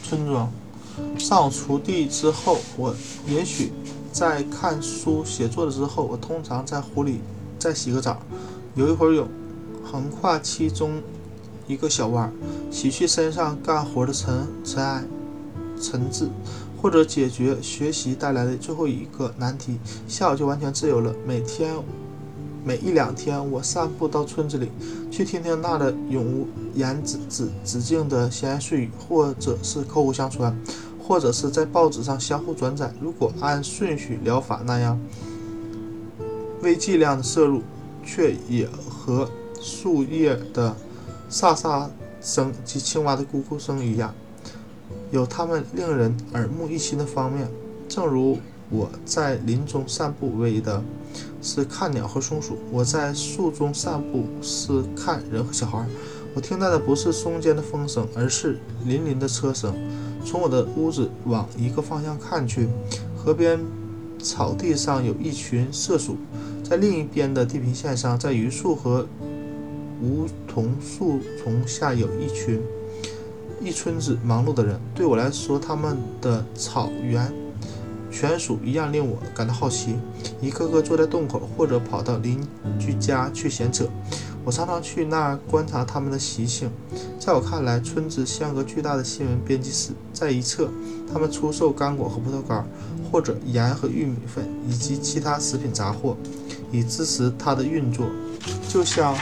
村庄。上锄地之后，我也许在看书写作的之后，我通常在湖里再洗个澡，游一会儿泳，横跨其中一个小弯，洗去身上干活的尘埃尘渍，或者解决学习带来的最后一个难题，下午就完全自由了。每一两天，我散步到村子里，去听听那的永无言止境的闲言碎语，或者是口口相传，或者是在报纸上相互转载。如果按顺序疗法那样微剂量的摄入，却也和树叶的沙沙声及青蛙的咕咕声一样，有它们令人耳目一新的方面。正如我在林中散步为的是看鸟和松鼠，我在树中散步是看人和小孩。我听到的不是松间的风声，而是林林的车声。从我的屋子往一个方向看去，河边草地上有一群麝鼠，在另一边的地平线上，在榆树和梧桐树丛下有一村子忙碌的人。对我来说，他们的草原犬鼠一样令我感到好奇，一个个坐在洞口，或者跑到邻居家去闲扯。我常常去那儿观察他们的习性。在我看来，村子像个巨大的新闻编辑室，在一侧，他们出售干果和葡萄干，或者盐和玉米粉以及其他食品杂货，以支持它的运作。就像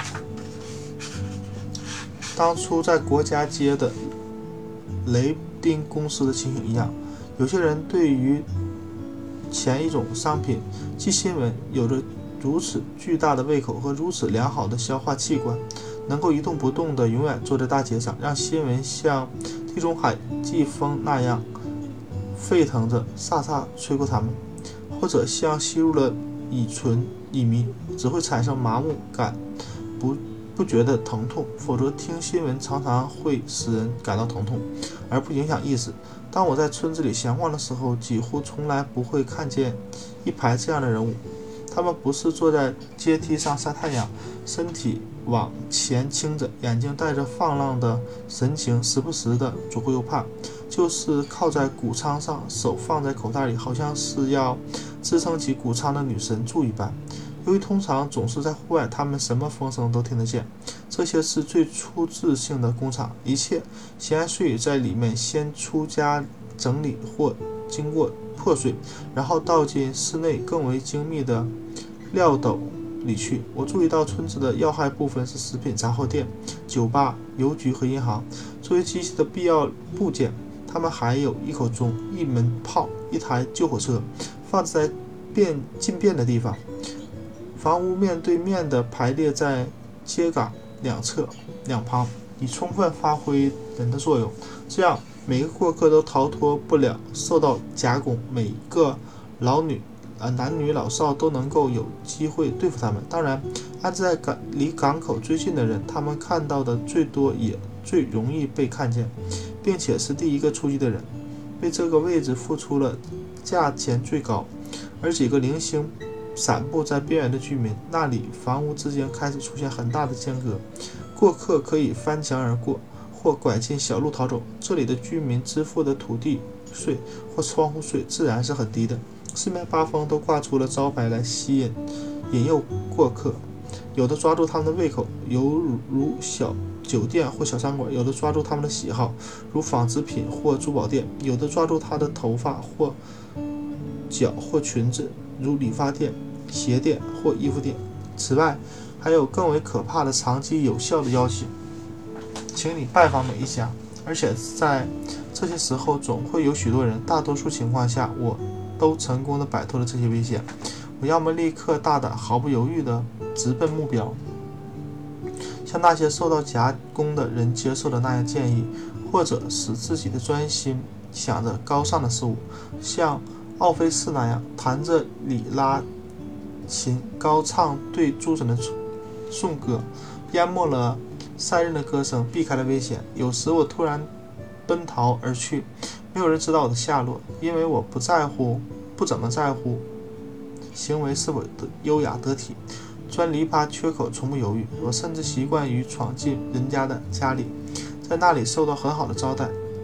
当初在国家街的雷丁公司的情形一样，有些人对于前一种商品，即新闻，有着如此巨大的胃口和如此良好的消化器官，能够一动不动地永远坐在大街上，让新闻像地中海季风那样沸腾着飒飒吹过他们，或者像吸入了乙醚，只会产生麻木感，不觉得疼痛，否则听新闻常常会使人感到疼痛，而不影响意识。当我在村子里闲逛的时候，几乎从来不会看见一排这样的人物。他们不是坐在阶梯上晒太阳，身体往前倾着，眼睛带着放浪的神情，时不时的左顾右盼，就是靠在谷仓上，手放在口袋里，好像是要支撑起谷仓的女神柱一般。由于通常总是在户外，他们什么风声都听得见。这些是最粗制性的工厂，一切闲言碎语在里面先出家整理或经过破碎，然后倒进室内更为精密的料斗里去。我注意到村子的要害部分是食品杂货店、酒吧、邮局和银行。作为机器的必要部件，他们还有一口钟、一门炮、一台救火车，放置在进便的地方。房屋面对面地排列在街岗两旁，以充分发挥人的作用。这样，每个过客都逃脱不了受到夹攻，每个男女老少都能够有机会对付他们。当然，安置在离港口最近的人，他们看到的最多，也最容易被看见，并且是第一个出击的人，为这个位置付出了价钱最高。而几个零星散布在边缘的居民，那里房屋之间开始出现很大的间隔，过客可以翻墙而过，或拐进小路逃走。这里的居民支付的土地税或窗户税自然是很低的。四面八方都挂出了招牌来引诱过客，有的抓住他们的胃口，犹如小酒店或小餐馆；有的抓住他们的喜好，如纺织品或珠宝店；有的抓住他的头发或脚或裙子，如理发店、鞋店或衣服店。此外，还有更为可怕的长期有效的邀请，请你拜访每一家，而且在这些时候总会有许多人。大多数情况下，我都成功地摆脱了这些危险。我要么立刻大胆毫不犹豫地直奔目标，像那些受到夹攻的人接受的那样建议，或者使自己的专心想着高尚的事物，像奥菲斯那样弹着里拉琴高唱对诸神的颂歌，淹没了赛人的歌声，避开了危险。有时我突然奔逃而去，没有人知道我的下落，因为我不怎么在乎行为是否优雅得体。钻篱笆缺口从不犹豫，我甚至习惯于闯进人家的家里，在那里受到很好的招待。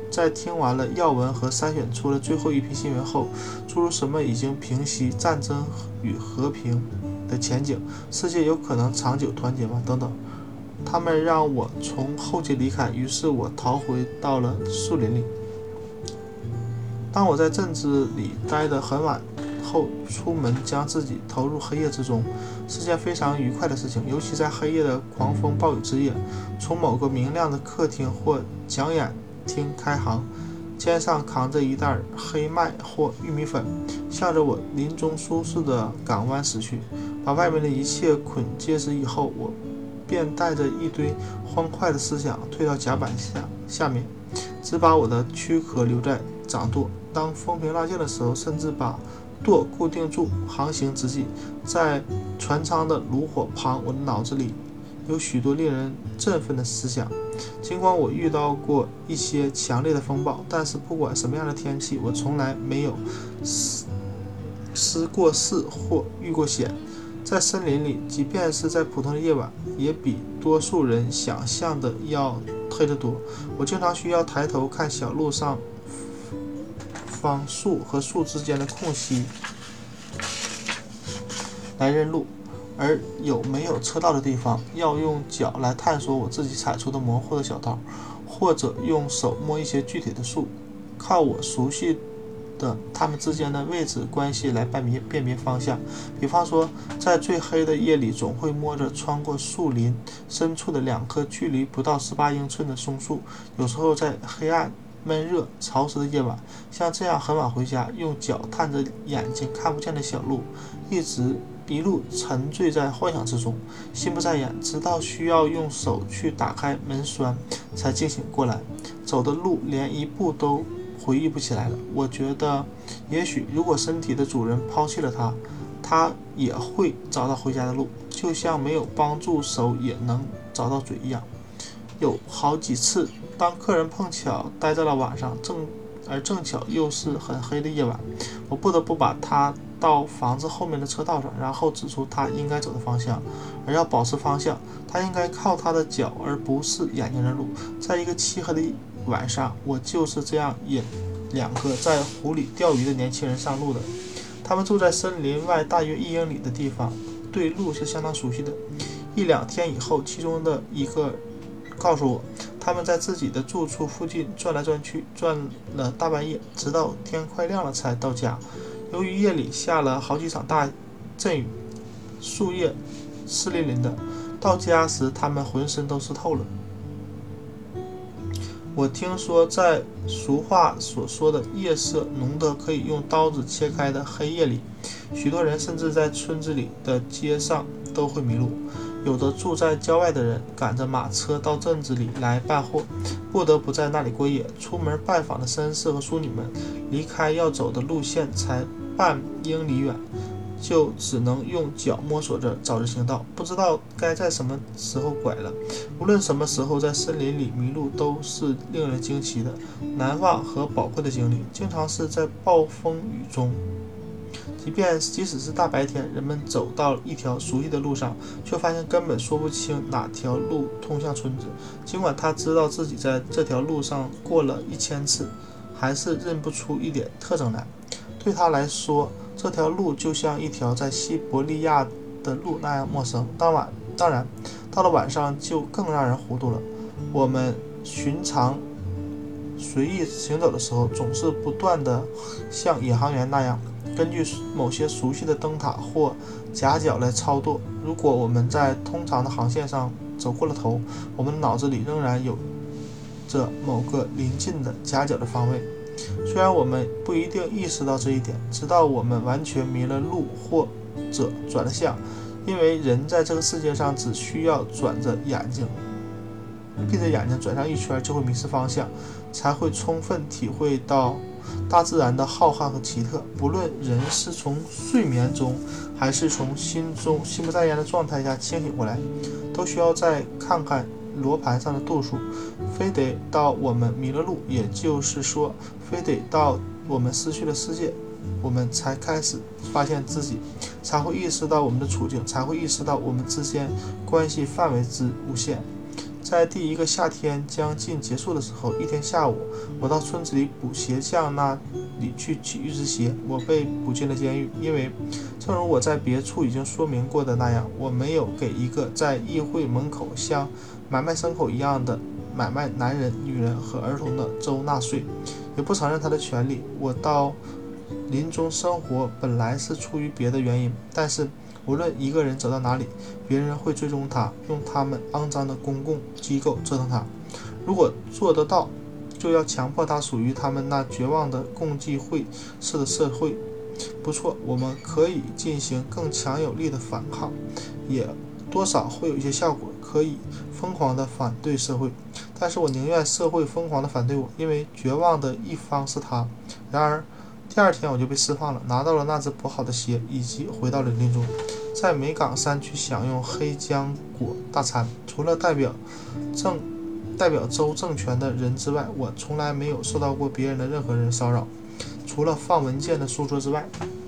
在听完了要闻和筛选出了最后一批新闻后，诸如什么已经平息、战争与和平的前景、世界有可能长久团结吗等等，他们让我从后街离开，于是我逃回到了树林里。当我在镇子里待得很晚后出门，将自己投入黑夜之中，是件非常愉快的事情，尤其在黑夜的狂风暴雨之夜，从某个明亮的客厅或讲演厅开行，肩上扛着一袋黑麦或玉米粉，向着我林中舒适的港湾驶去，把外面的一切捆结实以后，我便带着一堆欢快的思想退到甲板下面，只把我的躯壳留在掌舵。当风平浪静的时候，甚至把舵固定住。航行之际，在船舱的炉火旁，我的脑子里有许多令人振奋的思想。尽管我遇到过一些强烈的风暴，但是不管什么样的天气，我从来没有失过事或遇过险。在森林里，即便是在普通的夜晚，也比多数人想象的要黑得多。我经常需要抬头看小路上方树和树之间的空隙来认路，而有没有车道的地方，要用脚来探索我自己踩出的模糊的小道，或者用手摸一些具体的树，靠我熟悉的它们之间的位置关系来辨别方向。比方说，在最黑的夜里，总会摸着穿过树林深处的2棵距离不到18英寸的松树。有时候在黑暗闷热潮湿的夜晚，像这样很晚回家，用脚探着眼睛看不见的小路，一路沉醉在幻想之中，心不在焉，直到需要用手去打开门栓才惊醒过来。走的路连一步都回忆不起来了。我觉得也许如果身体的主人抛弃了他也会找到回家的路，就像没有帮助手也能找到嘴一样。有好几次，当客人碰巧待在了晚上，正巧又是很黑的夜晚，我不得不把他到房子后面的车道上，然后指出他应该走的方向。而要保持方向，他应该靠他的脚而不是眼睛的路。在一个漆黑的晚上，我就是这样引2个在湖里钓鱼的年轻人上路的。他们住在森林外大约1英里的地方，对路是相当熟悉的。1-2天以后，其中的一个告诉我，他们在自己的住处附近转来转去，转了大半夜，直到天快亮了才到家。由于夜里下了好几场大阵雨，树叶湿淋淋的，到家时他们浑身都湿透了。我听说，在俗话所说的夜色浓得可以用刀子切开的黑夜里，许多人甚至在村子里的街上都会迷路。有的住在郊外的人赶着马车到镇子里来办货，不得不在那里过夜。出门拜访的绅士和淑女们，离开要走的路线才半英里远，就只能用脚摸索着找着行道，不知道该在什么时候拐了。无论什么时候在森林里迷路，都是令人惊奇的、难忘和宝贵的经历。经常是在暴风雨中，即使是大白天，人们走到一条熟悉的路上，却发现根本说不清哪条路通向村子。尽管他知道自己在这条路上过了1000次，还是认不出一点特征来。对他来说，这条路就像一条在西伯利亚的路那样陌生。当然，到了晚上就更让人糊涂了。我们寻常随意行走的时候，总是不断地像野航员那样，根据某些熟悉的灯塔或夹角来操作。如果我们在通常的航线上走过了头，我们的脑子里仍然有着某个临近的夹角的方位。虽然我们不一定意识到这一点，直到我们完全迷了路或者转了向，因为人在这个世界上只需要闭着眼睛转上一圈，就会迷失方向，才会充分体会到大自然的浩瀚和奇特。不论人是从睡眠中还是从心不在焉的状态下清醒过来，都需要再看看罗盘上的度数，非得到我们迷了路，也就是说，非得到我们失去了世界，我们才开始发现自己，才会意识到我们的处境，才会意识到我们之间关系范围之无限。 在第一个夏天将近结束的时候，一天下午，我到村子里补鞋匠那里去取一只鞋，我被捕进了监狱，因为正如我在别处已经说明过的那样，我没有给一个在议会门口像买卖牲口一样的买卖男人、女人和儿童的州纳税，也不承认他的权利。我到林中生活本来是出于别的原因，但是无论一个人走到哪里，别人会追踪他，用他们肮脏的公共机构折腾他。如果做得到，就要强迫他属于他们那绝望的共济会式的社会。不错，我们可以进行更强有力的反抗，也多少会有一些效果，可以疯狂地反对社会。但是我宁愿社会疯狂地反对我，因为绝望的一方是他。然而第二天我就被释放了，拿到了那只补好的鞋，以及回到了林中，在梅岗山区享用黑浆果大餐。除了代表州政权的人之外，我从来没有受到过别人的任何人骚扰，除了放文件的书桌之外。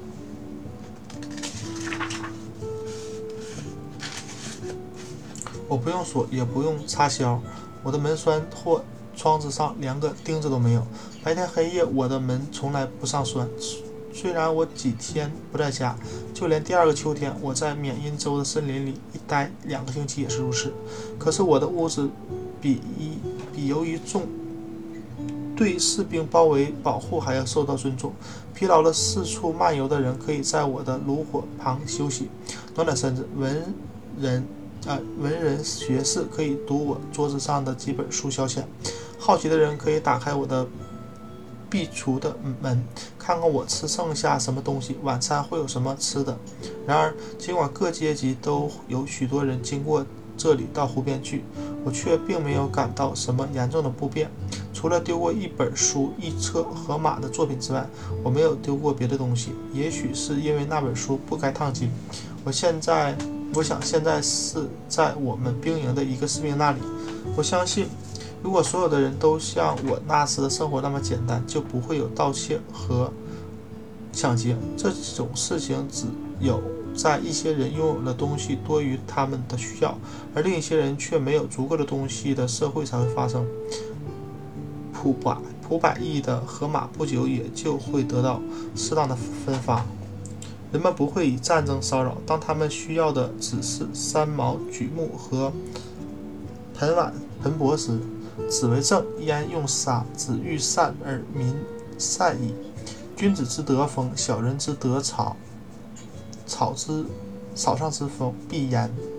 我不用锁，也不用插销，我的门栓或窗子上连个钉子都没有。白天黑夜，我的门从来不上栓。虽然我几天不在家，就连第二个秋天，我在缅因州的森林里一待2个星期也是如此。可是我的屋子比由于对士兵包围保护还要受到尊重。疲劳了四处漫游的人可以在我的炉火旁休息，暖暖身子。文人学士可以读我桌子上的几本书消遣。好奇的人可以打开我的壁橱的门，看看我吃剩下什么东西，晚餐会有什么吃的。然而尽管各阶级都有许多人经过这里到湖边去，我却并没有感到什么严重的不便。除了丢过一本书、一册荷马的作品之外，我没有丢过别的东西。也许是因为那本书不该烫金。我想现在是在我们兵营的一个士兵那里。我相信如果所有的人都像我那时的生活那么简单，就不会有盗窃和抢劫。这种事情只有在一些人拥有了东西多于他们的需要，而另一些人却没有足够的东西的社会才会发生。普百亿的河马不久也就会得到适当的分发。人们不会以战争骚扰，当他们需要的只是三毛榉木和盆碗盆钵时，子为政，焉用杀？子欲善而民善矣。君子之德风，小人之德草。草上之风，必焉。